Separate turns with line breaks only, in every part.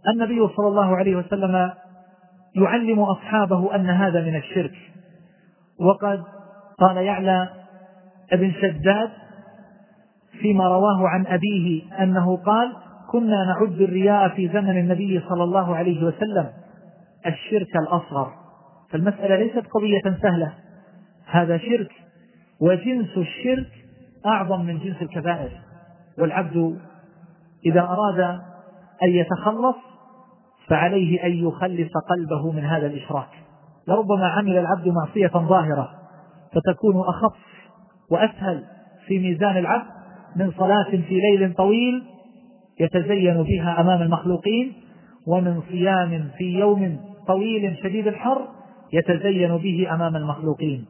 النبي صلى الله عليه وسلم يعلم أصحابه أن هذا من الشرك. وقد قال يعلى ابن شداد فيما رواه عن أبيه أنه قال: كنا نعد الرياء في زمن النبي صلى الله عليه وسلم الشرك الأصغر. فالمسألة ليست قضية سهلة، هذا شرك، وجنس الشرك أعظم من جنس الكبائر. والعبد إذا أراد أن يتخلص فعليه أن يخلص قلبه من هذا الإشراك. لربما عمل العبد معصية ظاهرة فتكون أخف وأسهل في ميزان العبد من صلاة في ليل طويل يتزين بها أمام المخلوقين، ومن صيام في يوم طويل شديد الحر يتزين به أمام المخلوقين.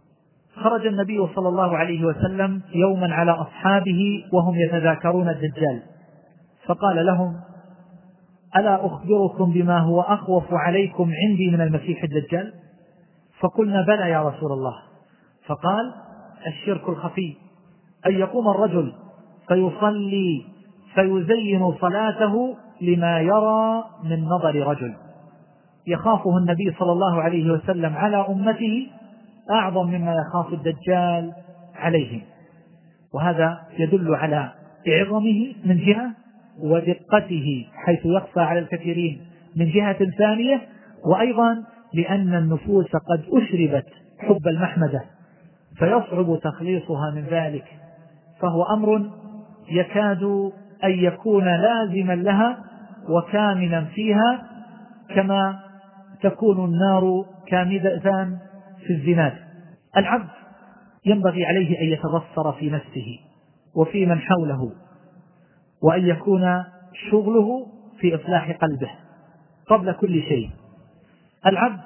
خرج النبي صلى الله عليه وسلم يوما على أصحابه وهم يتذاكرون الدجال، فقال لهم: ألا أخبركم بما هو أخوف عليكم عندي من المسيح الدجال؟ فقلنا: بلى يا رسول الله. فقال: الشرك الخفي، أن يقوم الرجل فيصلي فيزين صلاته لما يرى من نظر رجل. يخافه النبي صلى الله عليه وسلم على أمته أعظم مما يخاف الدجال عليهم، وهذا يدل على عظمه من جهة، ودقته حيث يخفى على الكثيرين من جهة ثانية، وأيضا لأن النفوس قد أشربت حب المحمدة فيصعب تخليصها من ذلك، فهو أمر يكاد أن يكون لازما لها وكامنا فيها، كما تكون النار كامدة في الزناد. العبد ينبغي عليه أن يتبصر في نفسه وفي من حوله، وأن يكون شغله في إصلاح قلبه قبل كل شيء. العبد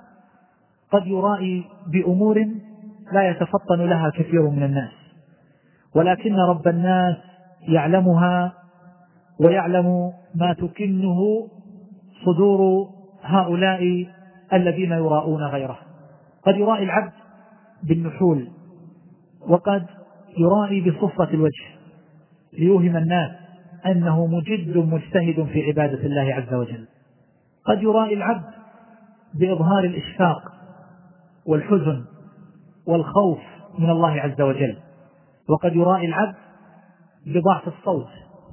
قد يرائي بأمور لا يتفطن لها كثير من الناس، ولكن رب الناس يعلمها ويعلم ما تكنه صدور هؤلاء الذين يراؤون غيره. قد يرائي العبد بالنحول، وقد يرائي بصفة الوجه ليوهم الناس أنه مجد مجتهد في عبادة الله عز وجل. قد يرائي العبد بإظهار الإشفاق والحزن والخوف من الله عز وجل، وقد يرائي العبد بضعف الصوت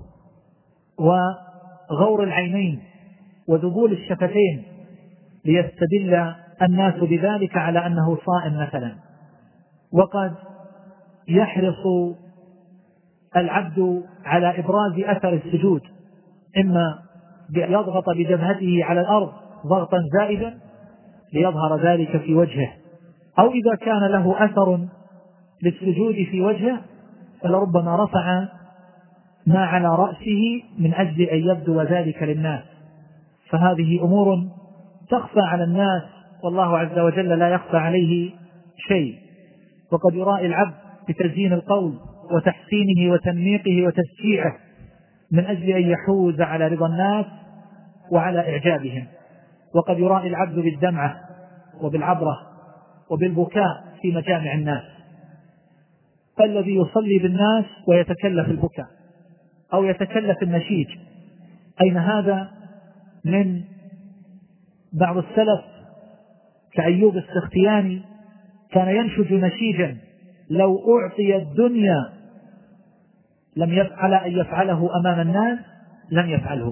وغور العينين وذبول الشفتين ليستدل الناس بذلك على أنه صائم مثلا. وقد يحرص العبد على إبراز أثر السجود، إما يضغط بجبهته على الأرض ضغطا زائدا ليظهر ذلك في وجهه، أو إذا كان له أثر للسجود في وجهه فلربما رفع ما على رأسه من أجل أن يبدو ذلك للناس. فهذه أمور تخفى على الناس والله عز وجل لا يخفى عليه شيء. وقد يرائي العبد بتزيين القول وتحسينه وتنميقه وتشجيعه من أجل أن يحوز على رضا الناس وعلى إعجابهم. وقد يرائي العبد بالدمعة وبالعبرة وبالبكاء في مجامع الناس، فالذي يصلي بالناس ويتكلف البكاء أو يتكلف النشيج، أين هذا من بعض السلف كأيوب السختياني كان ينشج نشيجا لو أعطي الدنيا لم يفعل أن يفعله أمام الناس لم يفعله.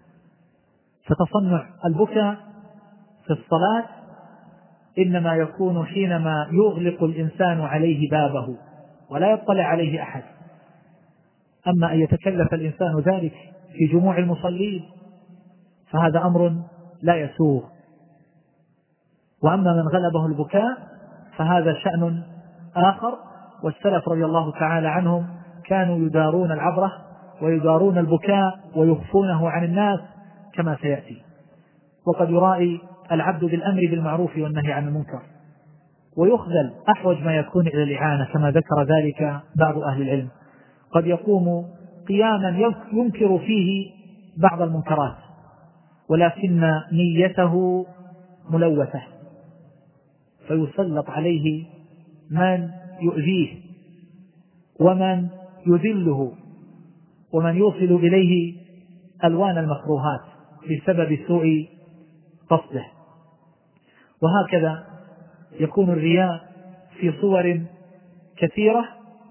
فتصنع البكاء في الصلاة إنما يكون حينما يغلق الإنسان عليه بابه ولا يطلع عليه أحد. أما أن يتكلف الإنسان ذلك في جموع المصلين فهذا أمر لا يسوغ. وأما من غلبه البكاء فهذا شأن آخر. والسلف رضي الله تعالى عنهم كانوا يدارون العبرة ويدارون البكاء ويخفونه عن الناس كما سيأتي. وقد يرائي العبد بالأمر بالمعروف والنهي عن المنكر ويخذل أحوج ما يكون إلى الإعانة كما ذكر ذلك بعض أهل العلم. قد يقوم قياما ينكر فيه بعض المنكرات ولكن نيته ملوثة، فيسلط عليه من يؤذيه ومن يذله ومن يوصل إليه ألوان المكروهات بسبب سوء قصده. وهكذا يكون الرياء في صور كثيرة،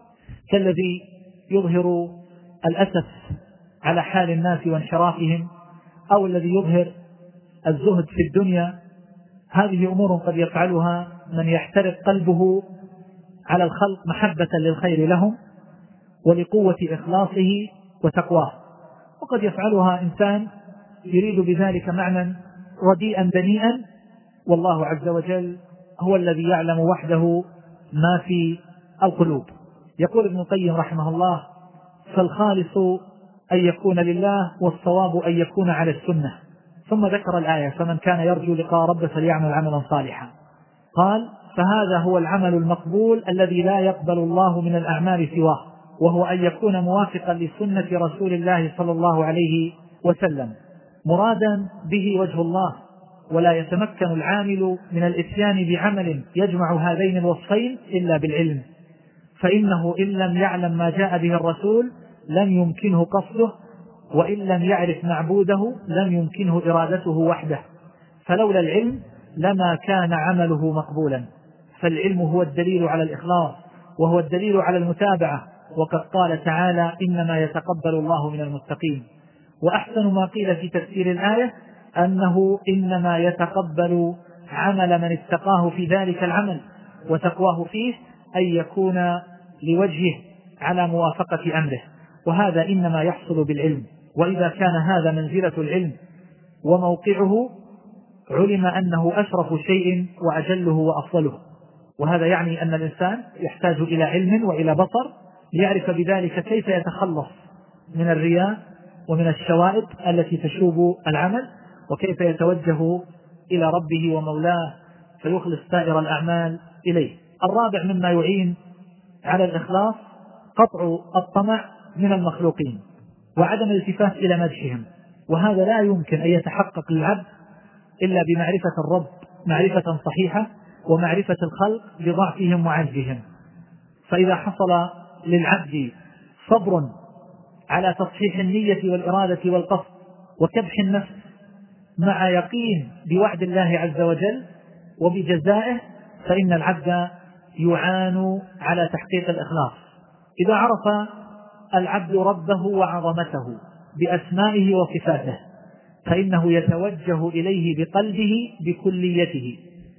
كالذي يظهر الأسف على حال الناس وانحرافهم، أو الذي يظهر الزهد في الدنيا. هذه أمور قد يفعلها من يحترق قلبه على الخلق محبة للخير لهم ولقوة إخلاصه وتقواه، وقد يفعلها إنسان يريد بذلك معنى رديئا دنيئا، والله عز وجل هو الذي يعلم وحده ما في القلوب. يقول ابن القيم رحمه الله: فالخالص أن يكون لله، والصواب أن يكون على السنة. ثم ذكر الآية: فمن كان يرجو لقاء ربه فليعمل عملا صالحا. قال: فهذا هو العمل المقبول الذي لا يقبل الله من الأعمال سواه، وهو أن يكون موافقا لسنة رسول الله صلى الله عليه وسلم، مرادا به وجه الله. ولا يتمكن العامل من الإتيان بعمل يجمع هذين الوصفين إلا بالعلم، فإنه إن لم يعلم ما جاء به الرسول لم يمكنه قصده، وإن لم يعرف معبوده لم يمكنه إرادته وحده، فلولا العلم لما كان عمله مقبولا. فالعلم هو الدليل على الإخلاص، وهو الدليل على المتابعة، وقد قال تعالى: إنما يتقبل الله من المتقين. وأحسن ما قيل في تفسير الآية أنه إنما يتقبل عمل من اتقاه في ذلك العمل وتقواه فيه، أن يكون لوجهه على موافقة أمره، وهذا إنما يحصل بالعلم. وإذا كان هذا منزلة العلم وموقعه علم أنه أشرف شيء وأجله وأفضله. وهذا يعني أن الإنسان يحتاج إلى علم وإلى بصر ليعرف بذلك كيف يتخلص من الرياء ومن الشوائب التي تشوب العمل، وكيف يتوجه إلى ربه ومولاه فيخلص سائر الأعمال إليه. الرابع مما يعين على الإخلاص قطع الطمع من المخلوقين وعدم الالتفات إلى مدحهم، وهذا لا يمكن أن يتحقق للعبد إلا بمعرفة الرب معرفة صحيحة، ومعرفة الخلق بضعفهم وعجزهم. فإذا حصل للعبد صبر على تصحيح النية والإرادة والقصد وكبح النفس مع يقين بوعد الله عز وجل وبجزائه، فإن العبد يعان على تحقيق الإخلاص. إذا عرف العبد ربه وعظمته بأسمائه وصفاته فإنه يتوجه إليه بقلبه بكليته،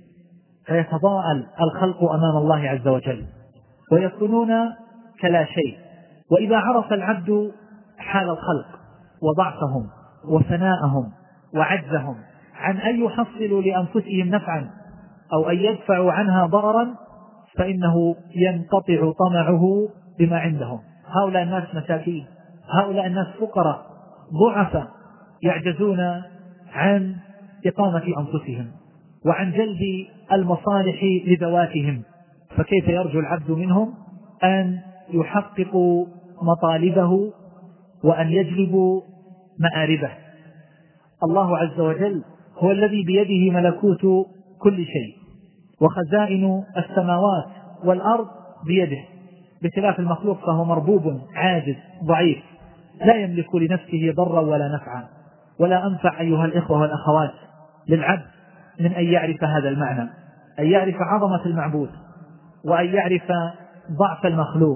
فيتضاءل الخلق أمام الله عز وجل ويكونون كلا شيء. وإذا عرف العبد حال الخلق وضعفهم وفناءهم وعجزهم عن أن يحصلوا لأنفسهم نفعا أو أن يدفعوا عنها ضررا، فإنه ينقطع طمعه بما عندهم. هؤلاء الناس مساكين، هؤلاء الناس فقراء ضعفاء يعجزون عن إقامة أنفسهم وعن جلب المصالح لذواتهم، فكيف يرجو العبد منهم أن يحققوا مطالبه وأن يجلبوا مآربه؟ الله عز وجل هو الذي بيده ملكوت كل شيء، وخزائن السماوات والأرض بيده، بخلاف المخلوق فهو مربوب عاجز ضعيف لا يملك لنفسه ضرا ولا نفعا ولا أنفع. أيها الإخوة والأخوات، للعبد من أن يعرف هذا المعنى، أن يعرف عظمة المعبود وأن يعرف ضعف المخلوق،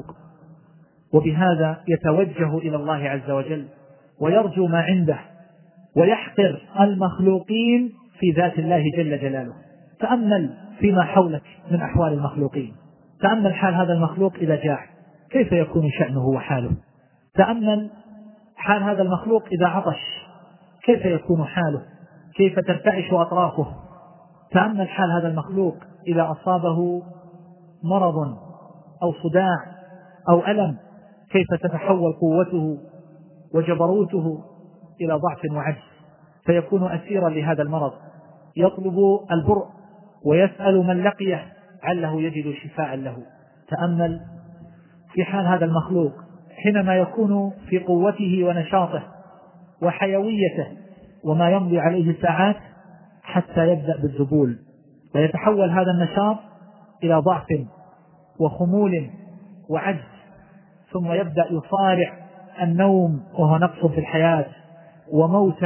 وبهذا يتوجه إلى الله عز وجل ويرجو ما عنده ويحقر المخلوقين في ذات الله جل جلاله. تأمل فيما حولك من أحوال المخلوقين، تأمل حال هذا المخلوق إذا جاع كيف يكون شأنه وحاله، تأمل حال هذا المخلوق إذا عطش كيف يكون حاله، كيف ترتعش أطرافه، تأمل حال هذا المخلوق إذا أصابه مرض أو صداع أو ألم كيف تتحول قوته وجبروته إلى ضعف وعجز، فيكون أسيرا لهذا المرض، يطلب البرء ويسأل من لقيه عله يجد شفاء له. تأمل في حال هذا المخلوق حينما يكون في قوته ونشاطه وحيويته، وما يمضي عليه ساعات حتى يبدأ بالذبول، ويتحول هذا النشاط إلى ضعف وخمول وعجز، ثم يبدأ يصارع النوم وهو نقص في الحياة، وموته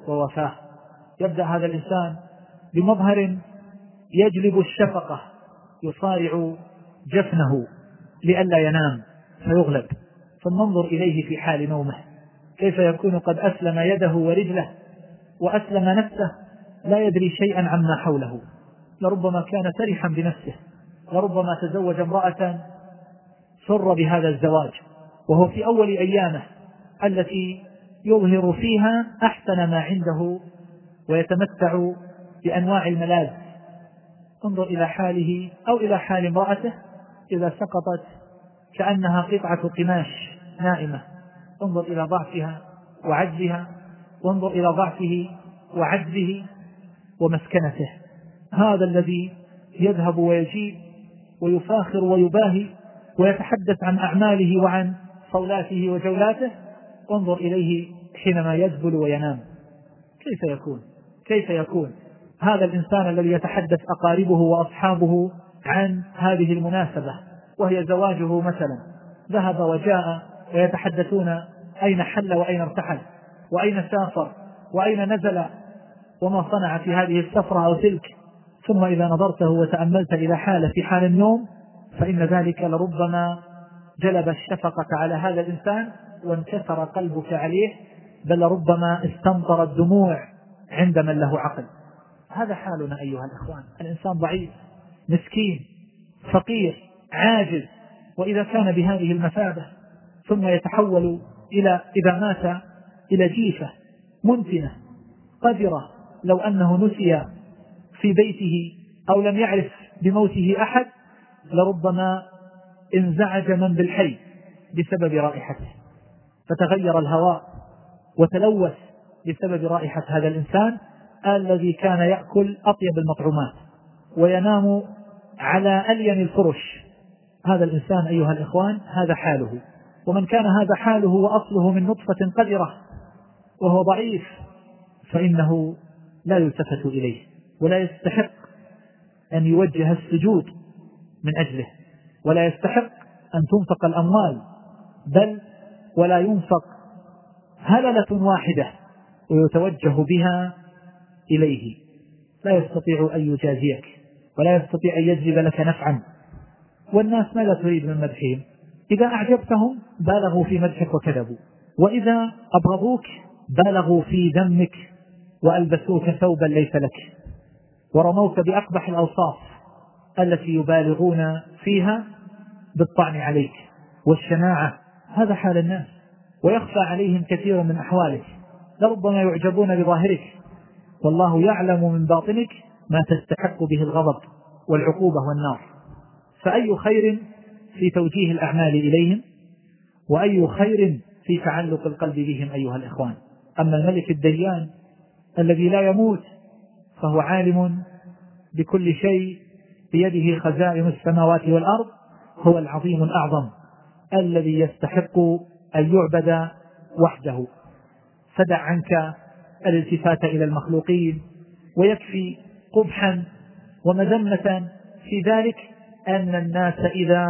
ووفاه. يبدأ هذا الإنسان بمظهر يجلب الشفقة، يصارع جفنه لئلا ينام فيغلب، ثم انظر إليه في حال نومه كيف يكون قد أسلم يده ورجله وأسلم نفسه، لا يدري شيئا عما حوله. لربما كان فرحا بنفسه، لربما تزوج امرأة سر بهذا الزواج وهو في أول أيامه التي يظهر فيها أحسن ما عنده ويتمتع بأنواع الملاذ. انظر إلى حاله أو إلى حال امرأته إذا سقطت كأنها قطعة قماش نائمة. انظر إلى ضعفها وعجزها، وانظر إلى ضعفه وعجزه ومسكنته. هذا الذي يذهب ويجيب ويفاخر ويباهي ويتحدث عن أعماله وعن صولاته وجولاته، انظر إليه حينما يذبل وينام كيف يكون هذا الإنسان الذي يتحدث أقاربه وأصحابه عن هذه المناسبة وهي زواجه مثلا، ذهب وجاء ويتحدثون أين حل وأين ارتحل وأين سافر وأين نزل وما صنع في هذه السفرة أو تلك، ثم إذا نظرته وتأملت إلى حاله في حال النوم فإن ذلك لربما جلب الشفقة على هذا الإنسان وانكسر قلبك عليه، بل ربما استمطر الدموع عند من له عقل. هذا حالنا أيها الإخوان، الإنسان ضعيف مسكين فقير عاجز، وإذا كان بهذه المثابة ثم يتحول إذا مات إلى جيفة منتنة قذرة، لو أنه نسي في بيته أو لم يعرف بموته أحد لربما انزعج من بالحي بسبب رائحته، فتغير الهواء وتلوث بسبب رائحة هذا الإنسان الذي كان يأكل أطيب المطعومات وينام على ألين الفرش. هذا الإنسان أيها الإخوان هذا حاله، ومن كان هذا حاله وأصله من نطفة قذرة وهو ضعيف فإنه لا يلتفت إليه ولا يستحق أن يوجه السجود من أجله، ولا يستحق أن تنفق الأموال، بل ولا ينفق هللة واحدة ويتوجه بها إليه. لا يستطيع أن يجازيك ولا يستطيع أن يجلب لك نفعا. والناس ماذا تريد من مدحهم؟ إذا أعجبتهم بالغوا في مدحك وكذبوا، وإذا أبغضوك بالغوا في ذمك وألبسوك ثوبا ليس لك ورموك بأقبح الأوصاف التي يبالغون فيها بالطعن عليك والشناعة. هذا حال الناس، ويخفى عليهم كثير من أحوالك. لربما يعجبون بظاهرك والله يعلم من باطنك ما تستحق به الغضب والعقوبة والنار. فأي خير في توجيه الأعمال إليهم، وأي خير في تعلق القلب بهم أيها الإخوان. أما الملك الديان الذي لا يموت فهو عالم بكل شيء، بيده خزائن السماوات والأرض، هو العظيم الأعظم الذي يستحق أن يعبد وحده. فدع عنك الالتفات إلى المخلوقين، ويكفي قبحا ومذمة في ذلك أن الناس إذا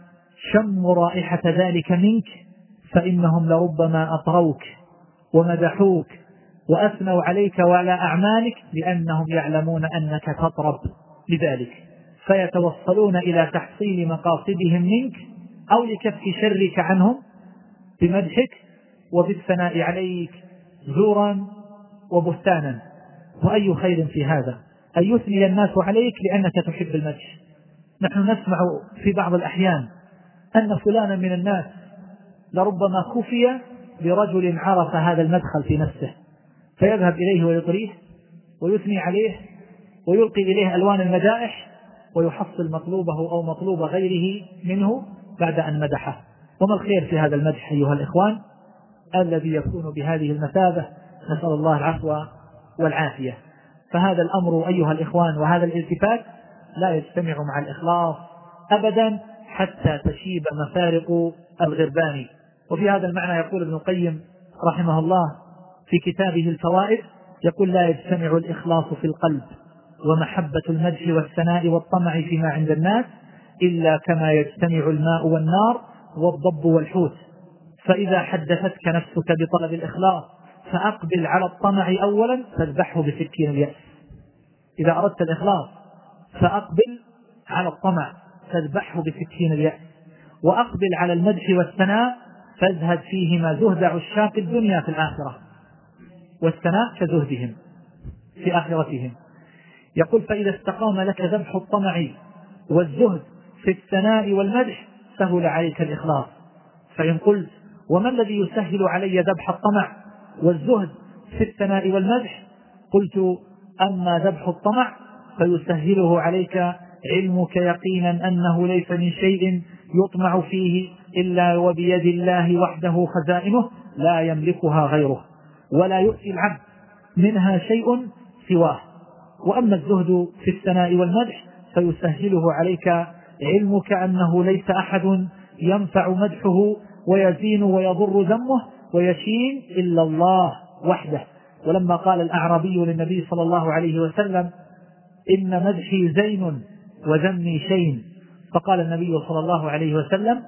شموا رائحة ذلك منك فإنهم لربما أطروك ومدحوك وأثنوا عليك وعلى أعمالك لأنهم يعلمون أنك تطرب لذلك، فيتوصلون إلى تحصيل مقاصدهم منك أو لكف شرك عنهم بمدحك وبالثناء عليك زورا وبهتانا. وأي خير في هذا أن يثني الناس عليك لأنك تحب المدح. نحن نسمع في بعض الأحيان أن فلانا من الناس لربما خفي برجل عرف هذا المدخل في نفسه فيذهب إليه ويطريه ويثني عليه ويلقي إليه ألوان المدائح ويحصل مطلوبه أو مطلوب غيره منه بعد أن مدحه. وما الخير في هذا المدح أيها الإخوان الذي يكون بهذه المثابة؟ نسأل الله العفو والعافية. فهذا الأمر أيها الإخوان وهذا الالتفات لا يجتمع مع الإخلاص أبدا حتى تشيب مفارق الغربان. وفي هذا المعنى يقول ابن القيم رحمه الله في كتابه الفوائد، يقول لا يجتمع الإخلاص في القلب ومحبة المدح والثناء والطمع فيما عند الناس إلا كما يجتمع الماء والنار والضب والحوت. فإذا حدثتك نفسك بطلب الإخلاص فأقبل على الطمع أولا فاذبحه بسكين اليأس. إذا أردت الإخلاص فأقبل على الطمع فاذبحه بسكين اليأس، وأقبل على المدح والثناء فازهد فيهما زهد عشاق الدنيا في الآخرة، والثناء كزهدهم في آخرتهم. يقول فإذا استقام لك ذبح الطمع والزهد في الثناء والمدح سهل عليك الإخلاص. فإن قلت وما الذي يسهل علي ذبح الطمع والزهد في الثناء والمدح؟ قلت أما ذبح الطمع فيسهله عليك علمك يقينا أنه ليس من شيء يطمع فيه إلا وبيد الله وحده خزائنه لا يملكها غيره، ولا يؤتي العبد منها شيء سواه. وأما الزهد في الثناء والمدح فيسهله عليك علمك أنه ليس أحد ينفع مدحه ويزين ويضر ذمه ويشين إلا الله وحده. ولما قال الأعرابي للنبي صلى الله عليه وسلم إن مدحي زين وذمي شين، فقال النبي صلى الله عليه وسلم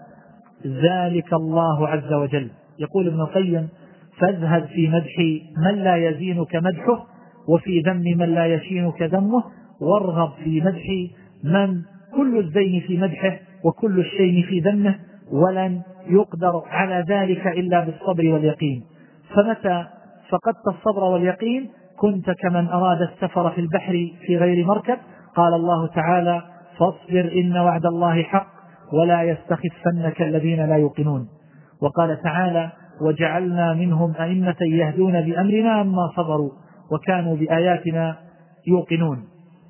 ذلك الله عز وجل. يقول ابن القيم فاذهب في مدح من لا يزينك مدحه وفي ذم من لا يشينك ذمه، وارغب في مدح من كل الزين في مدحه وكل الشين في ذمه، ولن يقدر على ذلك إلا بالصبر واليقين. فمتى فقدت الصبر واليقين كنت كمن أراد السفر في البحر في غير مركب. قال الله تعالى فاصبر إن وعد الله حق ولا يستخفنك الذين لا يوقنون. وقال تعالى وجعلنا منهم أئمة يهدون بأمرنا أما صبروا وكانوا بآياتنا يوقنون.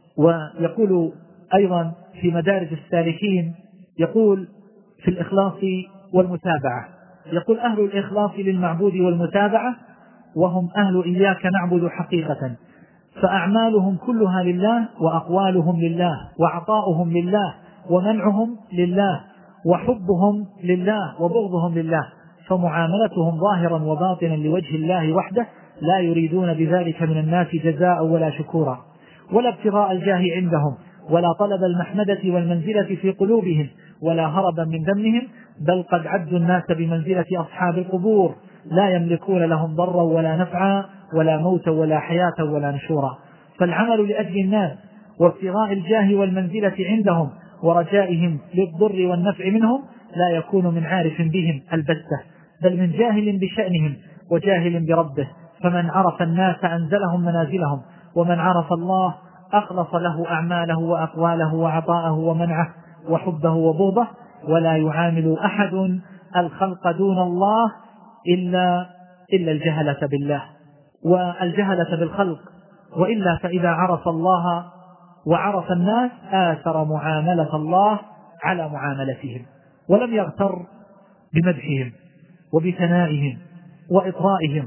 ويقول أيضا في مدارج السالكين يقول في الإخلاص والمتابعة، يقول أهل الإخلاص للمعبود والمتابعة وهم أهل إياك نعبد حقيقة، فأعمالهم كلها لله وأقوالهم لله وعطاؤهم لله ومنعهم لله وحبهم لله وبغضهم لله، فمعاملتهم ظاهرا وباطنا لوجه الله وحده، لا يريدون بذلك من الناس جزاء ولا شكورا ولا ابتغاء الجاه عندهم ولا طلب المحمدة والمنزلة في قلوبهم ولا هربا من ذمهم، بل قد عدوا الناس بمنزلة أصحاب القبور لا يملكون لهم ضرا ولا نفعا ولا موتا ولا حياة ولا نشورا. فالعمل لأجل الناس وابتغاء الجاه والمنزلة عندهم ورجائهم للضر والنفع منهم لا يكون من عارف بهم البتة، بل من جاهل بشأنهم وجاهل بربه. فمن عرف الناس أنزلهم منازلهم، ومن عرف الله أخلص له أعماله وأقواله وعطاءه ومنعه وحبه وبغضه. ولا يعامل أحد الخلق دون الله إلا الجهلة بالله والجهلة بالخلق، وإلا فإذا عرف الله وعرف الناس آثر معاملة الله على معاملتهم ولم يغتر بمدحهم وبثنائهم وإطرائهم.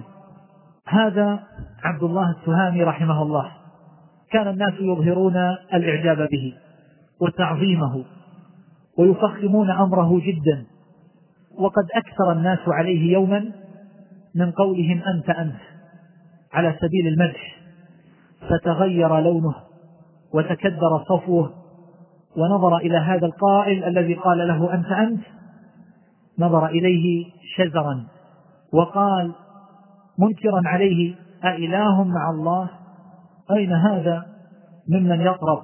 هذا عبد الله التهامي رحمه الله كان الناس يظهرون الإعجاب به وتعظيمه ويفخمون أمره جدا، وقد أكثر الناس عليه يوما من قولهم أنت على سبيل المدح، فتغير لونه وتكدر صفوه، ونظر إلى هذا القائل الذي قال له أنت نظر إليه شزرا وقال منكرا عليه أإله مع الله؟ أين هذا ممن يطرب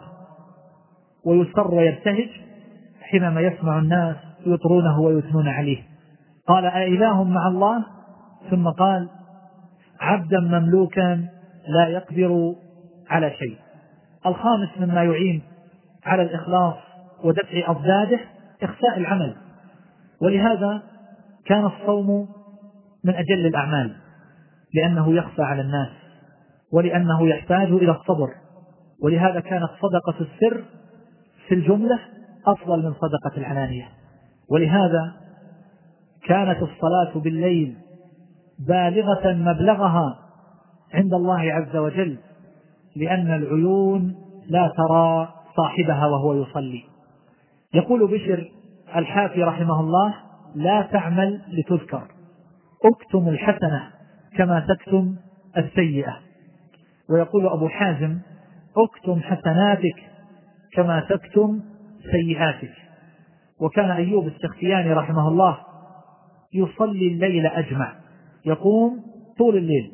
ويسر ويبتهج حينما يسمع الناس يطرونه ويثنون عليه؟ قال أإله مع الله، ثم قال عبدا مملوكا لا يقدر على شيء. الخامس مما يعين على الإخلاص ودفع أضداده إخفاء العمل، ولهذا كان الصوم من أجل الأعمال لأنه يخفى على الناس ولأنه يحتاج إلى الصبر، ولهذا كانت صدقة السر في الجملة أفضل من صدقة العلانية، ولهذا كانت الصلاة بالليل بالغة مبلغها عند الله عز وجل، لأن العيون لا ترى صاحبها وهو يصلي. يقول بشر الحافي رحمه الله لا تعمل لتذكر، اكتم الحسنة كما تكتم السيئة. ويقول أبو حازم اكتم حسناتك كما تكتم سيئاتك. وكان أيوب السختياني رحمه الله يصلي الليل أجمع، يقوم طول الليل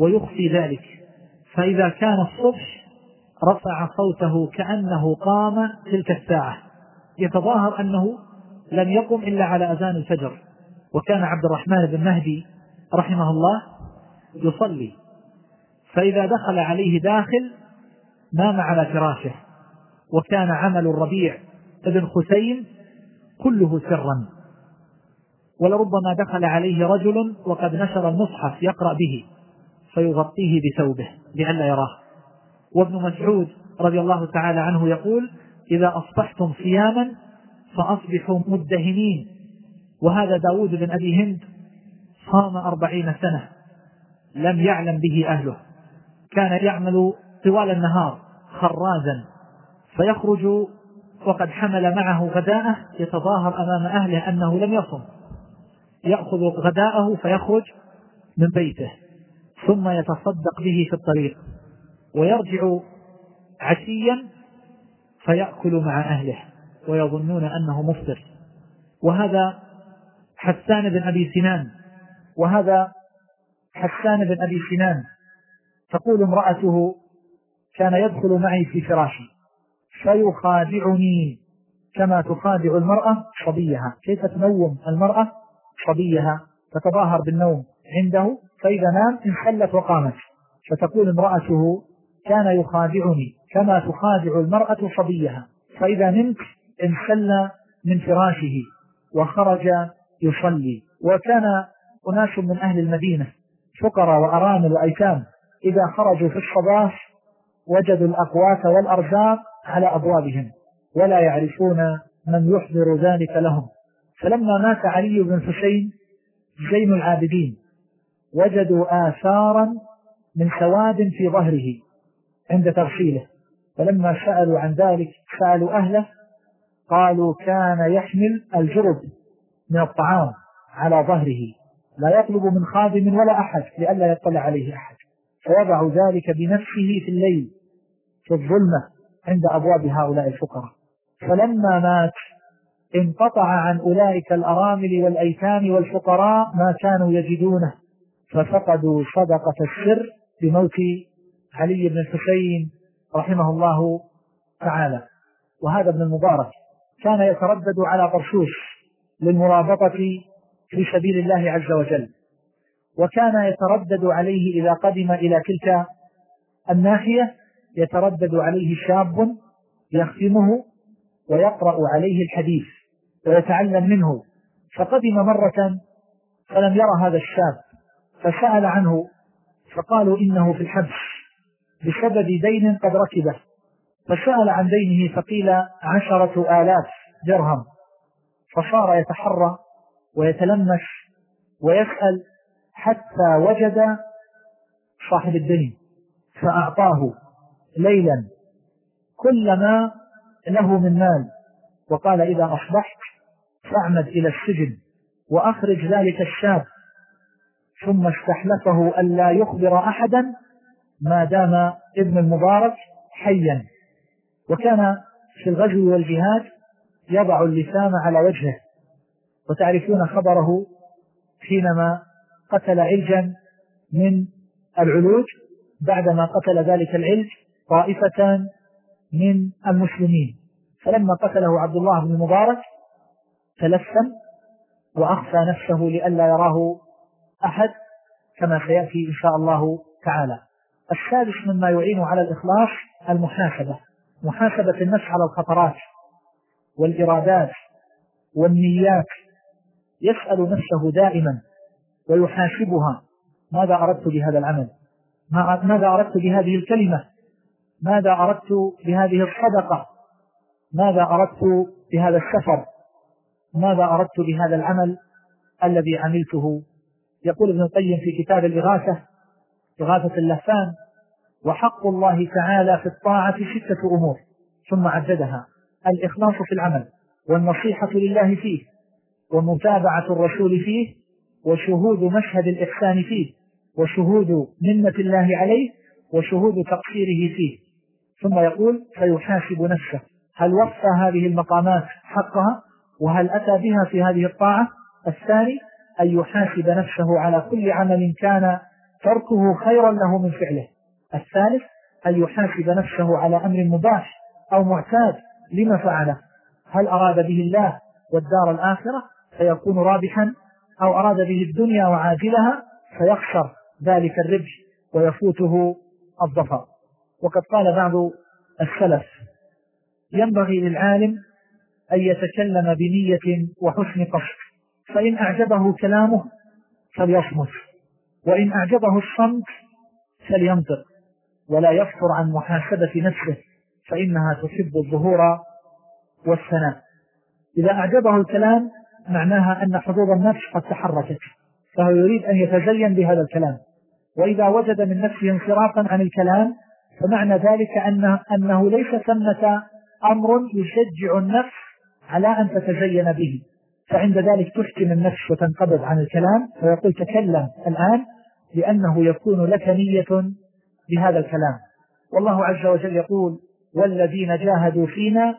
ويخفي ذلك، فإذا كان الصبح رفع صوته كأنه قام تلك الساعة، يتظاهر أنه لم يقم إلا على أذان الفجر. وكان عبد الرحمن بن مهدي رحمه الله يصلي، فإذا دخل عليه داخل نام على فراشه. وكان عمل الربيع بن خثيم كله سرا، ولربما دخل عليه رجل وقد نشر المصحف يقرأ به فيغطيه بثوبه لئلا يراه. وابن مسعود رضي الله تعالى عنه يقول: إذا أصبحتم صياما فأصبحوا مدهنين. وهذا داود بن أبي هند صام 40 سنة لم يعلم به أهله، كان يعمل طوال النهار خرازا، فيخرج وقد حمل معه غداءه يتظاهر أمام أهله أنه لم يصم، يأخذ غداءه فيخرج من بيته ثم يتصدق به في الطريق، ويرجع عشيا فيأكل مع أهله ويظنون أنه مفطر. وهذا حسان بن أبي سنان تقول امرأته: كان يدخل معي في فراشي فيخادعني كما تخادع المرأة صبيها. كيف تنوم المرأة صبيها؟ تتظاهر بالنوم عنده، فإذا نام انحلت وقامت. فتقول امرأته: كان يخادعني كما تخادع المرأة صبيها، فإذا نمت انحل من فراشه وخرج يصلي. وكان أناس من أهل المدينة فقراء وأرامل وأيتام إذا خرجوا في الصباح وجدوا الأقوات والأرزاق على أبوابهم ولا يعرفون من يحضر ذلك لهم. فلما مات علي بن حسين زين العابدين وجدوا آثارا من سواد في ظهره عند تغسيله، فلما سألوا عن ذلك سألوا أهله قالوا: كان يحمل الجرد من الطعام على ظهره لا يطلب من خادم ولا أحد لئلا يطلع عليه أحد، فوضع ذلك بنفسه في الليل في الظلمة عند أبواب هؤلاء الفقراء. فلما مات انقطع عن أولئك الأرامل والأيتام والفقراء ما كانوا يجدونه، ففقدوا صدقة السر بموت علي بن الحسين رحمه الله تعالى. وهذا ابن المبارك كان يتردد على طرشوش للمرابطة في سبيل الله عز وجل، وكان يتردد عليه إذا قدم إلى تلك الناحية، يتردد عليه شاب يختمه ويقرأ عليه الحديث ويتعلم منه. فقدم مرة فلم يرى هذا الشاب، فسأل عنه فقالوا: إنه في الحبس بسبب دين قد ركبه. فسأل عن دينه فقيل 10,000 درهم، فصار يتحرى ويتلمس ويسأل حتى وجد صاحب الدين فأعطاه ليلا كل ما له من مال، وقال: إذا أصبحت فاعمد إلى السجن وأخرج ذلك الشاب. ثم استحلفه ألا يخبر أحدا ما دام ابن المبارك حيا. وكان في الغزو والجهاد يضع اللسان على وجهه، وتعرفون خبره حينما قتل علجا من العلوج بعدما قتل ذلك العلج طائفة من المسلمين، فلما قتله عبد الله بن المبارك تلثم وأخفى نفسه لئلا يراه أحد كما سيأتي إن شاء الله تعالى. السادس مما يعين على الإخلاص محاسبة النفس على الخطرات والإرادات والنيات، يسأل نفسه دائما ويحاسبها: ماذا أردت بهذا العمل؟ ماذا أردت بهذه الكلمة؟ ماذا أردت بهذه الصدقة؟ ماذا أردت بهذا السفر؟ ماذا أردت بهذا العمل الذي عملته؟ يقول ابن القيم في كتاب إغاثة اللهفان: وحق الله تعالى في الطاعة 6 أمور، ثم عددها: الإخلاص في العمل، والنصيحة لله فيه، ومتابعة الرسول فيه، وشهود مشهد الإحسان فيه، وشهود منة الله عليه، وشهود تقصيره فيه. ثم يقول: فيحاسب نفسه هل وفى هذه المقامات حقها، وهل أتى بها في هذه الطاعة. الثاني أن يحاسب نفسه على كل عمل كان تركه خيرا له من فعله. الثالث أن يحاسب نفسه على أمر مباح أو معتاد لما فعله، هل أراد به الله والدار الآخرة فيكون رابحا، أو أراد به الدنيا وعاجلها فيخسر ذلك الربح ويفوته الظفر. وقد قال بعض السلف: ينبغي للعالم أن يتكلم بنية وحسن قصد، فإن أعجبه كلامه فليصمت، وإن أعجبه الصمت فلينطق، ولا يفتر عن محاسبة نفسه فإنها تحب الظهور والثناء. إذا أعجبه الكلام معناها أن حظوظ النفس قد تحركت، فهو يريد أن يتزين بهذا الكلام. وإذا وجد من نفسه انصرافا عن الكلام فمعنى ذلك أنه ليس ثمة أمر يشجع النفس على أن تتزين به، فعند ذلك تحكم النفس وتنقبض عن الكلام ويقول تكلم الآن، لأنه يكون لك نية بهذا الكلام. والله عز وجل يقول: والذين جاهدوا فينا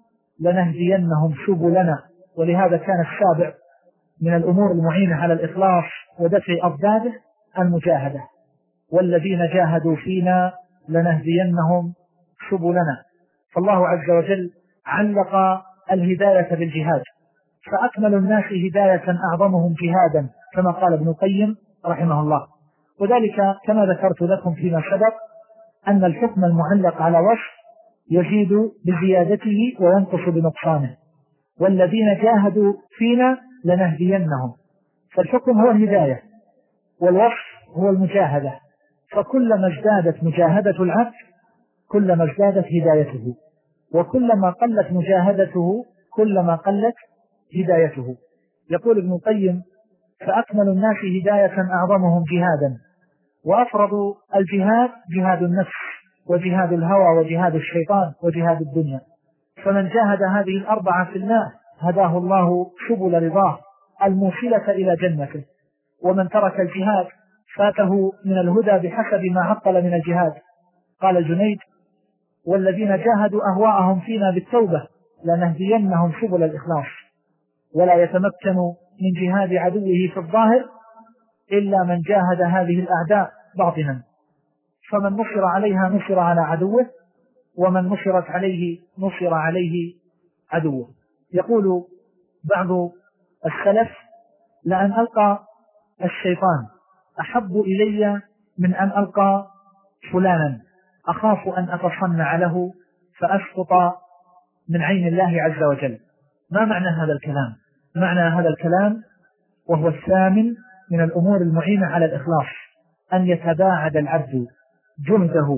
لنهدينهم سبلنا. ولهذا كان السابع من الأمور المعينة على الإخلاص ودفع أضداده المجاهدة. والذين جاهدوا فينا لنهدينهم سبلنا. فالله عز وجل علق الهداية بالجهاد، فأكمل الناس هداية أعظمهم جهادا، كما قال ابن القيم رحمه الله. وذلك كما ذكرت لكم فيما سبق أن الحكم المعلق على وصف يزيد بزيادته وينقص بنقصانه. والذين جاهدوا فينا لنهدينهم، فالحكم هو الهداية والوصف هو المجاهدة، فكلما ازدادت مجاهدة العبد كلما ازدادت هدايته، وكلما قلت مجاهدته كلما قلت هدايته. يقول ابن القيم: فأكمل الناس هداية أعظمهم جهادا، وأفرض الجهاد جهاد النفس وجهاد الهوى وجهاد الشيطان وجهاد الدنيا. فمن جاهد هذه الأربعة في الله هداه الله سبل رضاه الموصلة إلى جنته، ومن ترك الجهاد فاته من الهدى بحسب ما عطل من الجهاد. قال الجنيد: والذين جاهدوا أهواءهم فينا بالتوبة لنهدينهم سبل الإخلاص. ولا يتمكن من جهاد عدوه في الظاهر إلا من جاهد هذه الأعداء باطنا، فمن نصر عليها نصر على عدوه، ومن نصرت عليه نصر عليه عدوه. يقول بعض السلف: لأن ألقى الشيطان أحب إلي من أن ألقى فلانا، أخاف أن أتصنع له فأسقط من عين الله عز وجل. ما معنى هذا الكلام؟ معنى هذا الكلام وهو الثامن من الأمور المعينة على الإخلاص أن يتباعد العبد جهده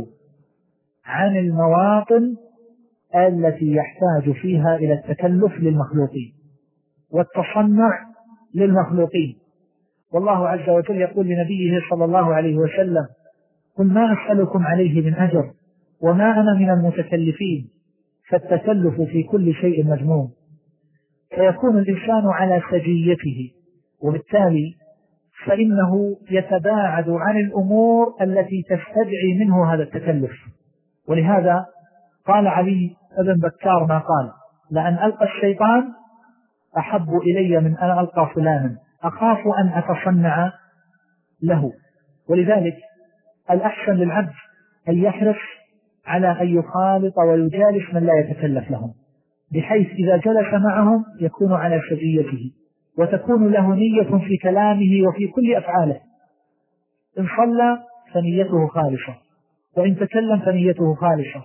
عن المواطن التي يحتاج فيها إلى التكلف للمخلوقين والتصنع للمخلوقين. والله عز وجل يقول لنبيه صلى الله عليه وسلم: قل ما أسألكم عليه من أجر وما أنا من المتكلفين، فالتكلف في كل شيء مذموم. فيكون الإنسان على سجيته، وبالتالي فإنه يتباعد عن الأمور التي تستدعي منه هذا التكلف. ولهذا قال علي بن بكار ما قال: لأن ألقى الشيطان أحب إلي من أن ألقى فلانا، أخاف أن أتصنع له. ولذلك الأحسن للعبد أن يحرص على أن يخالط ويجالس من لا يتكلف لهم، بحيث إذا جلس معهم يكون على سجيته، وتكون له نية في كلامه وفي كل أفعاله. إن صلى فنيته خالصة، وإن تكلم فنيته خالصة،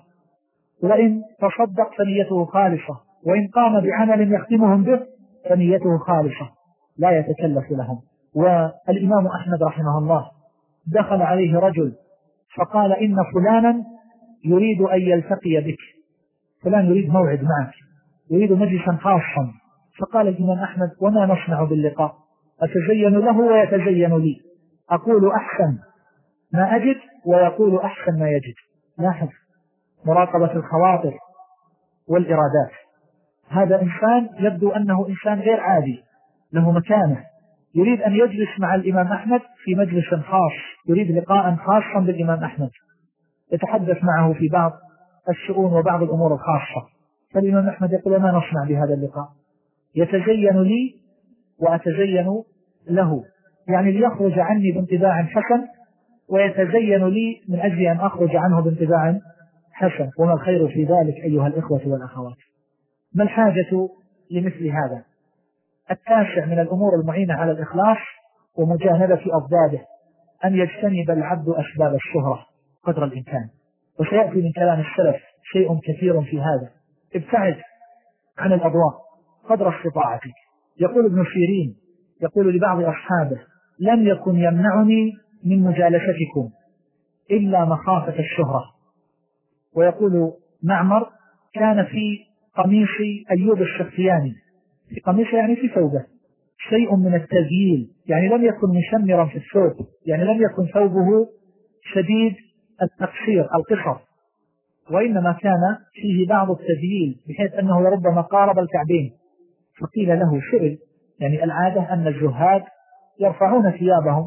وإن تصدق فنيته خالصة، وإن قام بعمل يختمهم به فنيته خالصة، لا يتكلف لهم. والإمام أحمد رحمه الله دخل عليه رجل فقال: إن فلانا يريد أن يلتقي بك، فلان يريد موعد معك، يريد مجلسا خاصا. فقال الإمام أحمد: وما نصنع باللقاء؟ أتزين له ويتزين لي، أقول أحسن ما أجد ويقول أحسن ما يجد. لاحظ مراقبة الخواطر والإرادات. هذا إنسان يبدو أنه إنسان غير عادي، له مكانة، يريد أن يجلس مع الإمام أحمد في مجلس خاص، يريد لقاء خاصا بالإمام أحمد يتحدث معه في بعض الشؤون وبعض الأمور الخاصة. فالإمام أحمد يقول: ما نصنع بهذا اللقاء؟ يتزين لي وأتزين له، يعني ليخرج عني بانطباع حسن ويتزين لي من أجل أن أخرج عنه بانطباع حسن. وما الخير في ذلك أيها الإخوة والأخوات؟ ما الحاجة لمثل هذا؟ التاسع من الأمور المعينة على الإخلاص ومجانبة أضداده أن يجتنب العبد أسباب الشهرة قدر الإمكان. وسيأتي من كلام السلف شيء كثير في هذا. ابتعد عن الأضواء قدر استطاعتك. يقول ابن سيرين يقول لبعض أصحابه: لم يكن يمنعني من مجالستكم إلا مخافة الشهرة. ويقول معمر: كان في قميص أيوب السختياني، في قميص يعني في ثوبه، شيء من التزيين، يعني لم يكن مشمرا في الثوب، يعني لم يكن ثوبه شديد التقصير القصر، وإنما كان فيه بعض التزيين بحيث أنه لربما قارب الكعبين. فقيل له سئل، يعني العادة أن الزهاد يرفعون ثيابهم،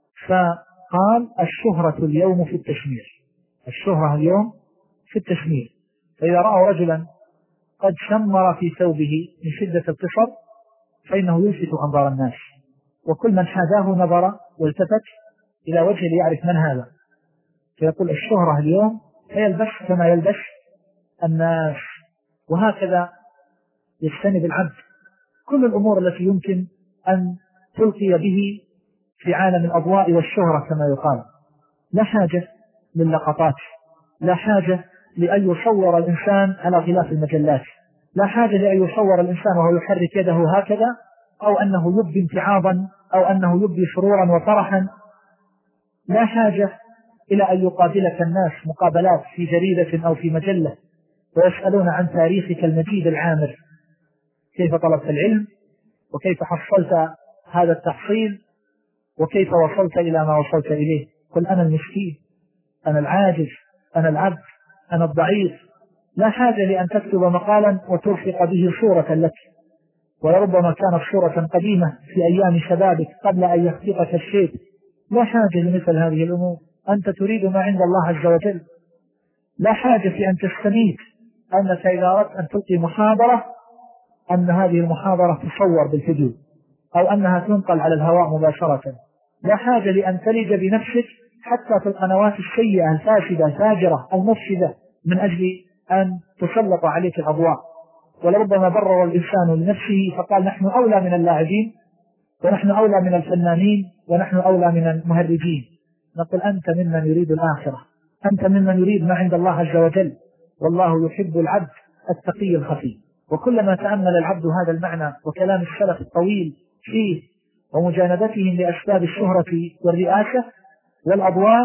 فقال: الشهرة اليوم في التشمير، الشهرة اليوم في التشمير. فإذا رأوا رجلا قد شمر في ثوبه من شدة القصر فإنه يلفت أنظار الناس، وكل من حاذاه نظر والتفت إلى وجهه ليعرف من هذا. فيقول: الشهرة اليوم فيلبس كما يلبس الناس. وهكذا يجتنب العبد كل الأمور التي يمكن أن تلقي به في عالم الأضواء والشهرة كما يقال. لا حاجة للقطات، لا حاجة لأن يصور الإنسان على غلاف المجلات، لا حاجة لأن يصور الإنسان وهو يحرك يده هكذا، أو أنه يبدي امتعاضا، أو أنه يبدي سرورا وفرحا. لا حاجة إلى أن يقابلك الناس مقابلات في جريدة أو في مجلة ويسألون عن تاريخك المجيد العامر: كيف طلبت العلم، وكيف حصلت هذا التحصيل، وكيف وصلت إلى ما وصلت إليه. قل: أنا المسكين، أنا العاجز، أنا العبد، أنا الضعيف. لا حاجة لأن تكتب مقالا وترفق به صورة لك، ولربما كانت صورة قديمة في أيام شبابك قبل أن يخطفك الشيء. لا حاجة لمثل هذه الأمور. أنت تريد ما عند الله عز وجل. لا حاجة في أن تستميت أنك إذا أردت أن تلقي محاضرة أن هذه المحاضرة تصور بالفيديو، أو أنها تنقل على الهواء مباشرة. لا حاجة لأن تلج بنفسك حتى في القنوات السيئة الفاسدة الفاجرة المفسدة من أجل أن تسلط عليك الأضواء. ولربما برر الإنسان لنفسه فقال: نحن أولى من اللاعبين، ونحن أولى من الفنانين، ونحن أولى من المهرجين. نقول: أنت ممن يريد الآخرة، أنت ممن يريد ما عند الله عز وجل، والله يحب العبد التقي الخفي. وكلما تأمل العبد هذا المعنى وكلام السلف الطويل فيه ومجانبتهم لأسباب الشهرة والرئاسة والأضواء،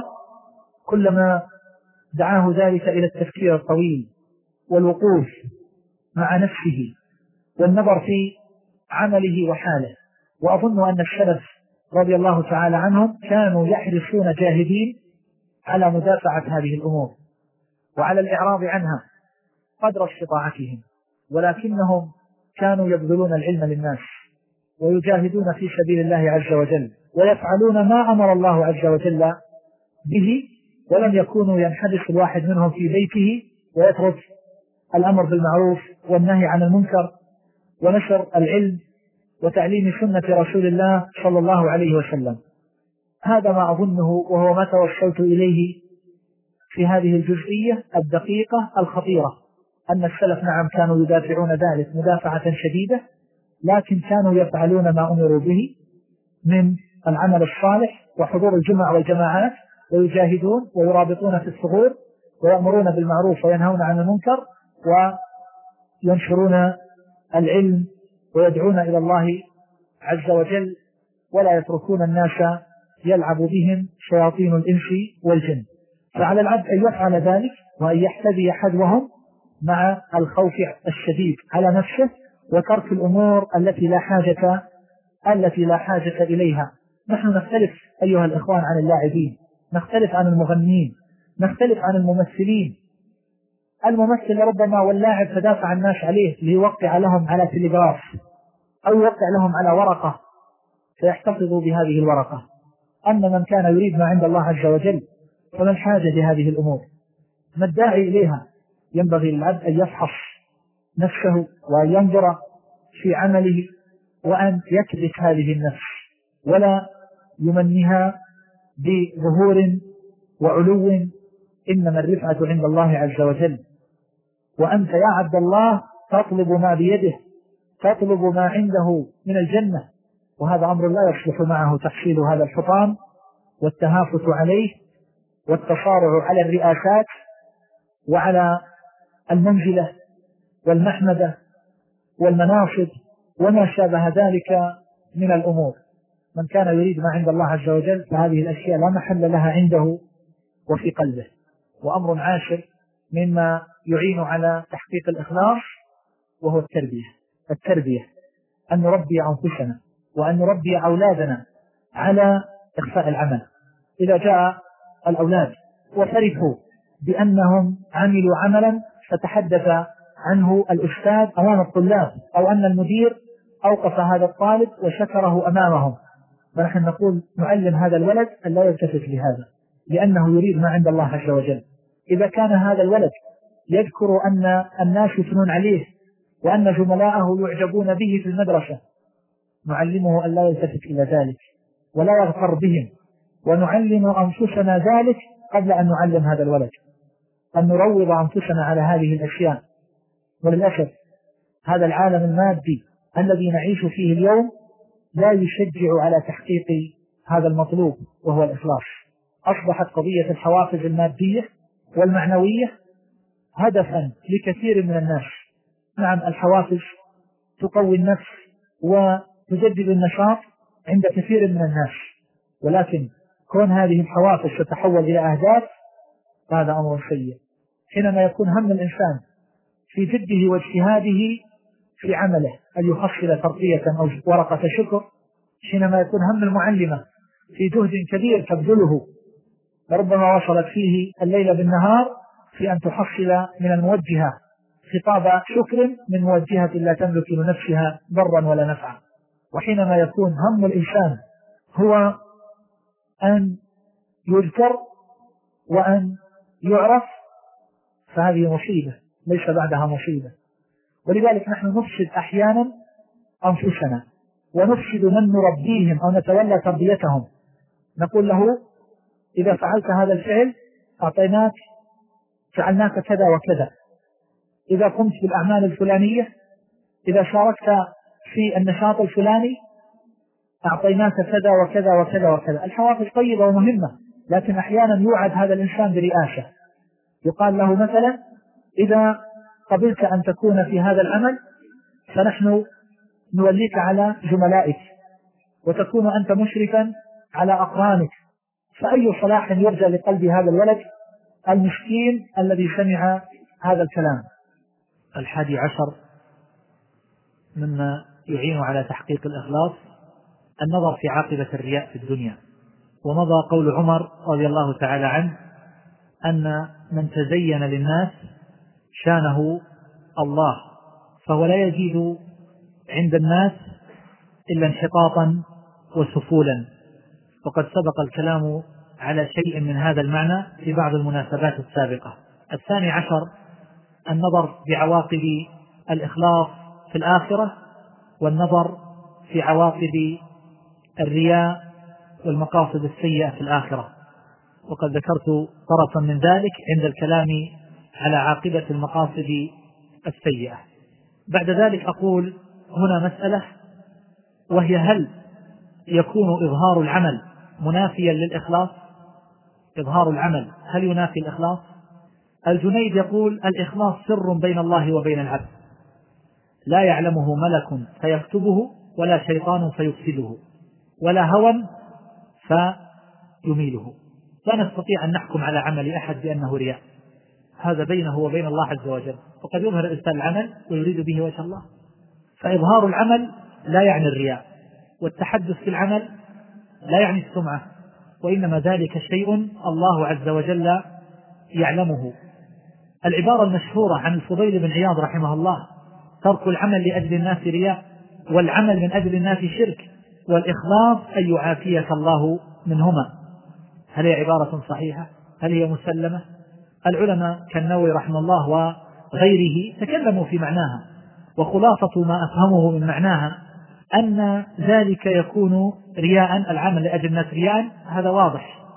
كلما دعاه ذلك إلى التفكير الطويل والوقوف مع نفسه والنظر في عمله وحاله. وأظن أن السلف رضي الله تعالى عنهم كانوا يحرصون جاهدين على مدافعة هذه الأمور وعلى الإعراض عنها قدر استطاعتهم، ولكنهم كانوا يبذلون العلم للناس ويجاهدون في سبيل الله عز وجل ويفعلون ما أمر الله عز وجل به، ولم يكونوا ينحبس الواحد منهم في بيته ويترك الأمر بالمعروف والنهي عن المنكر ونشر العلم وتعليم سنة رسول الله صلى الله عليه وسلم. هذا ما أظنه وهو ما توصلت إليه في هذه الجزئية الدقيقة الخطيرة، أن السلف نعم كانوا يدافعون ذلك مدافعة شديدة، لكن كانوا يفعلون ما أمروا به من العمل الصالح وحضور الجمع والجماعات، ويجاهدون ويرابطون في الثغور ويأمرون بالمعروف وينهون عن المنكر وينشرون العلم ويدعون إلى الله عز وجل، ولا يتركون الناس يلعب بهم شياطين الإنس والجن. فعلى العبد أن يفعل ذلك وأن يحتذي حذوهم مع الخوف الشديد على نفسه وترك الأمور التي لا حاجة إليها. نحن نختلف أيها الإخوان عن اللاعبين، نختلف عن المغنين، نختلف عن الممثلين. الممثل ربما واللاعب تدافع الناس عليه ليوقع لهم على تلغراف أو يوقع لهم على ورقة فيحتفظوا بهذه الورقة. أما من كان يريد ما عند الله عز وجل فما الحاجة لهذه الأمور؟ ما الداعي إليها؟ ينبغي للعبد أن يفحص نفسه وأن ينظر في عمله وأن يكبت هذه النفس ولا يمنها بظهور وعلو، إنما الرفعة عند الله عز وجل. وأنت يا عبد الله تطلب ما بيده، تطلب ما عنده من الجنة، وهذا أمر لا يصلح معه تحصيل هذا الحطام والتهافت عليه والتصارع على الرئاسات وعلى المنزلة والمحمدة والمناصب وما شابه ذلك من الأمور. من كان يريد ما عند الله عز وجل فهذه الأشياء لا محل لها عنده وفي قلبه. وأمر عاشر مما يعين على تحقيق الإخلاص وهو التربية، أن نربي أنفسنا وأن نربي أولادنا على إخفاء العمل. إذا جاء الأولاد وفرحوا بأنهم عملوا عملا فتحدث عنه الأستاذ أمام الطلاب، أو أن المدير أوقف هذا الطالب وشكره أمامهم، فنحن نقول نعلم هذا الولد أن لا يلتفت لهذا، لأنه يريد ما عند الله عز وجل. إذا كان هذا الولد يذكر أن الناس يثنون عليه وأن زملاءه يعجبون به في المدرسة، نعلمه أن لا يلتفت إلى ذلك ولا يغتر بهم، ونعلم أنفسنا ذلك قبل أن نعلم هذا الولد، أن نروض أنفسنا على هذه الأشياء. وللأسف هذا العالم المادي الذي نعيش فيه اليوم لا يشجع على تحقيق هذا المطلوب وهو الإخلاص. أصبحت قضية الحوافز المادية والمعنوية هدفا لكثير من الناس. نعم، الحوافز تقوي النفس وتجدد النشاط عند كثير من الناس، ولكن كون هذه الحوافز تتحول إلى أهداف هذا أمر سيء. حينما يكون هم الإنسان في جده واجتهاده في عمله أن يحصل ترقية أو ورقة شكر، حينما يكون هم المعلمة في جهد كبير تبذله ربما وصلت فيه الليل بالنهار في أن تحصل من الموجهة خطاب شكر من موجهة لا تملك لنفسها ضرا ولا نفعا. وحينما يكون هم الإنسان هو أن يذكر وأن يعرف فهذه مصيبة ليس بعدها مصيبة. ولذلك نحن نفسد أحيانا أنفسنا ونفسد من نربيهم أو نتولى تربيتهم. نقول له إذا فعلت هذا الفعل أعطيناك فعلناك كذا وكذا، إذا قمت بالأعمال الفلانية، إذا شاركت في النشاط الفلاني أعطيناك كذا وكذا وكذا وكذا. الحوافز طيبة ومهمة، لكن أحيانا يوعد هذا الإنسان برئاسة، يقال له مثلا إذا قبلت أن تكون في هذا العمل فنحن نوليك على زملائك وتكون أنت مشرفا على أقرانك. فأي صلاح يرجى لقلب هذا الولد المسكين الذي سمع هذا الكلام؟ 11 مما يعين على تحقيق الإخلاص النظر في عاقبة الرياء في الدنيا. ومضى قول عمر رضي الله تعالى عنه أن من تزين للناس شانه الله، فهو لا يزيد عند الناس إلا انحطاطا وسفولا. وقد سبق الكلام على شيء من هذا المعنى في بعض المناسبات السابقة. 12 النظر بعواقب الإخلاص في الآخرة والنظر في عواقب الرياء والمقاصد السيئة في الآخرة، وقد ذكرت طرفا من ذلك عند الكلام على عاقبة المقاصد السيئة. بعد ذلك أقول هنا مسألة، وهي هل يكون إظهار العمل منافيا للإخلاص؟ إظهار العمل هل ينافي الإخلاص؟ الجنيد يقول الإخلاص سر بين الله وبين العبد لا يعلمه ملك فيكتبه ولا شيطان فيفسده ولا هوى فيميله. لا نستطيع أن نحكم على عمل أحد بأنه رياء، هذا بينه وبين الله عز وجل، وقد يظهر الإنسان العمل ويريد به وجه الله. فإظهار العمل لا يعني الرياء، والتحدث في العمل لا يعني السمعة، وإنما ذلك شيء الله عز وجل يعلمه. العبارة المشهورة عن الفضيل بن عياض رحمه الله: ترك العمل لأجل الناس رياء، والعمل من أجل الناس شرك، والإخلاص أن يعافيك الله منهما. هل هي عبارة صحيحة؟ هل هي مسلمة؟ العلماء كالنووي رحمه الله وغيره تكلموا في معناها، وخلاصة ما أفهمه من معناها أن ذلك يكون رياء، العمل لأجل الناس رياء، هذا واضح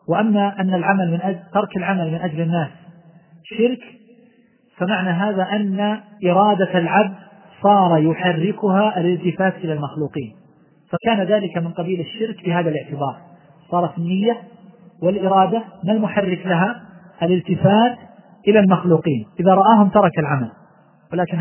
وأما أن العمل من أجل ترك العمل من أجل الناس شرك، فمعنى هذا أن إرادة العبد صار يحركها الالتفات إلى المخلوقين، فكان ذلك من قبيل الشرك بهذا الاعتبار. صارت النية والإرادة ما المحرك لها؟ الالتفات إلى المخلوقين، إذا رآهم ترك العمل. ولكن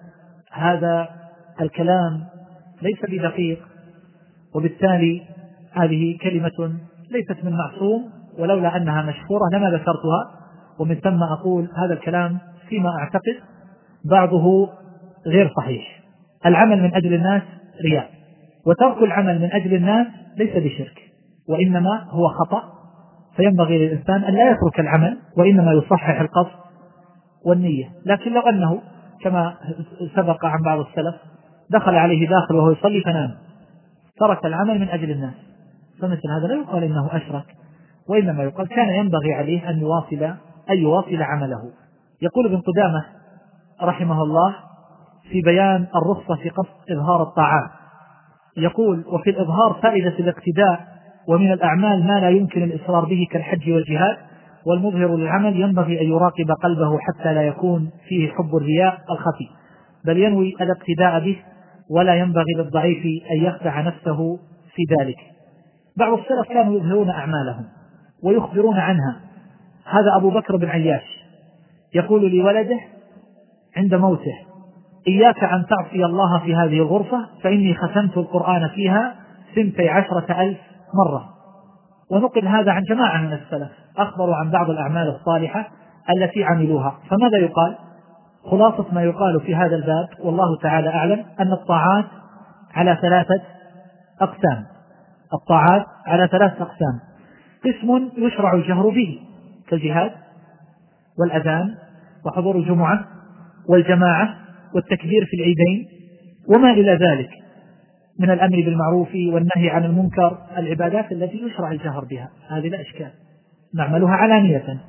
هذا الكلام ليس بدقيق، وبالتالي هذه كلمة ليست من معصوم، ولولا أنها مشهورة لما ذكرتها. ومن ثم أقول هذا الكلام فيما أعتقد بعضه غير صحيح. العمل من أجل الناس رياء، وترك العمل من أجل الناس ليس بشرك، وإنما هو خطأ، فينبغي للإنسان أن لا يترك العمل، وإنما يصحح القصد والنية. لكن لو أنه كما سبق عن بعض السلف دخل عليه داخل وهو يصلي فنام، ترك العمل من أجل الناس، فمثل هذا لا يقال إنه أشرك، وإنما يقال كان ينبغي عليه أن يواصل عمله. يقول ابن قدامة رحمه الله في بيان الرخصة في قصد إظهار الطاعات، يقول: وفي الإظهار فائدة الاقتداء، ومن الأعمال ما لا يمكن الإصرار به كالحج والجهاد، والمظهر للعمل ينبغي أن يراقب قلبه حتى لا يكون فيه حب الرياء الخفي، بل ينوي الاقتداء به، ولا ينبغي للضعيف أن يخدع نفسه في ذلك. بعض السلف كانوا يظهرون أعمالهم ويخبرون عنها. هذا أبو بكر بن عياش يقول لولده عند موته: إياك أن تعصي الله في هذه الغرفة، فإني ختمت القرآن فيها 12,000 مرة. ونقل هذا عن جماعة من السلف أخبروا عن بعض الأعمال الصالحة التي عملوها. فماذا يقال؟ خلاصة ما يقال في هذا الباب والله تعالى أعلم أن الطاعات على 3 أقسام. الطاعات على 3 أقسام: قسم يشرع الجهر به كالجهاد والأذان وحضور الجمعة والجماعة والتكبير في العيدين وما إلى ذلك من الأمر بالمعروف والنهي عن المنكر، العبادات التي يشرع الجهر بها، هذه لا إشكال، نعملها علانية.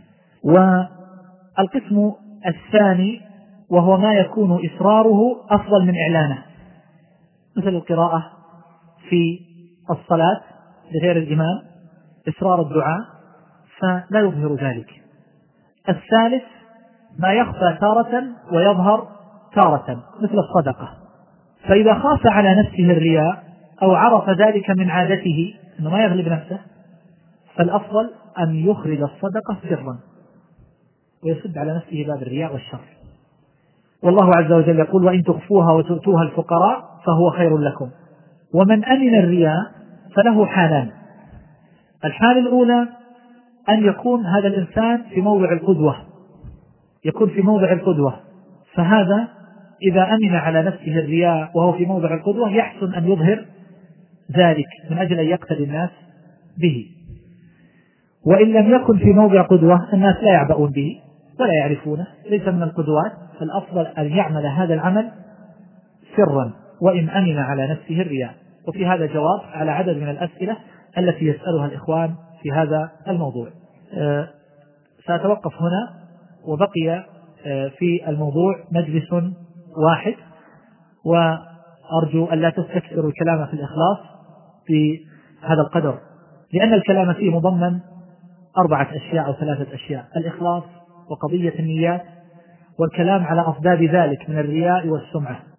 والقسم الثاني وهو ما يكون إصراره أفضل من إعلانه، مثل القراءة في الصلاة لغير الإمام، إصرار الدعاء، فلا يظهر ذلك. الثالث ما يخفى تارة ويظهر تارة، مثل الصدقة، فإذا خاف على نفسه الرياء أو عرف ذلك من عادته أنه ما يغلب نفسه، فالأفضل أن يخرج الصدقة سرا ويسد على نفسه باب الرياء والشر. والله عز وجل يقول: وإن تخفوها وتؤتوها الفقراء فهو خير لكم. ومن أمن الرياء فله حالان: الحالة الأولى أن يكون هذا الإنسان في موضع القدوة، يكون في موضع القدوة، فهذا إذا أمن على نفسه الرياء وهو في موضع القدوة يحسن أن يظهر ذلك من أجل أن يقتدي الناس به. وإن لم يكن في موضع قدوة الناس لا يعبؤون به ولا يعرفونه، ليس من القدوات، فالأفضل أن يعمل هذا العمل سرا وإن أمن على نفسه الرياء. وفي هذا جواب على عدد من الأسئلة التي يسألها الإخوان في هذا الموضوع. سأتوقف هنا، وبقي في الموضوع مجلس واحد، وأرجو أن لا تستكثروا الكلام في الإخلاص في هذا القدر، لأن الكلام فيه مضمن 4 أشياء أو 3 أشياء: الإخلاص وقضية النيات والكلام على أضداد ذلك من الرياء والسمعة.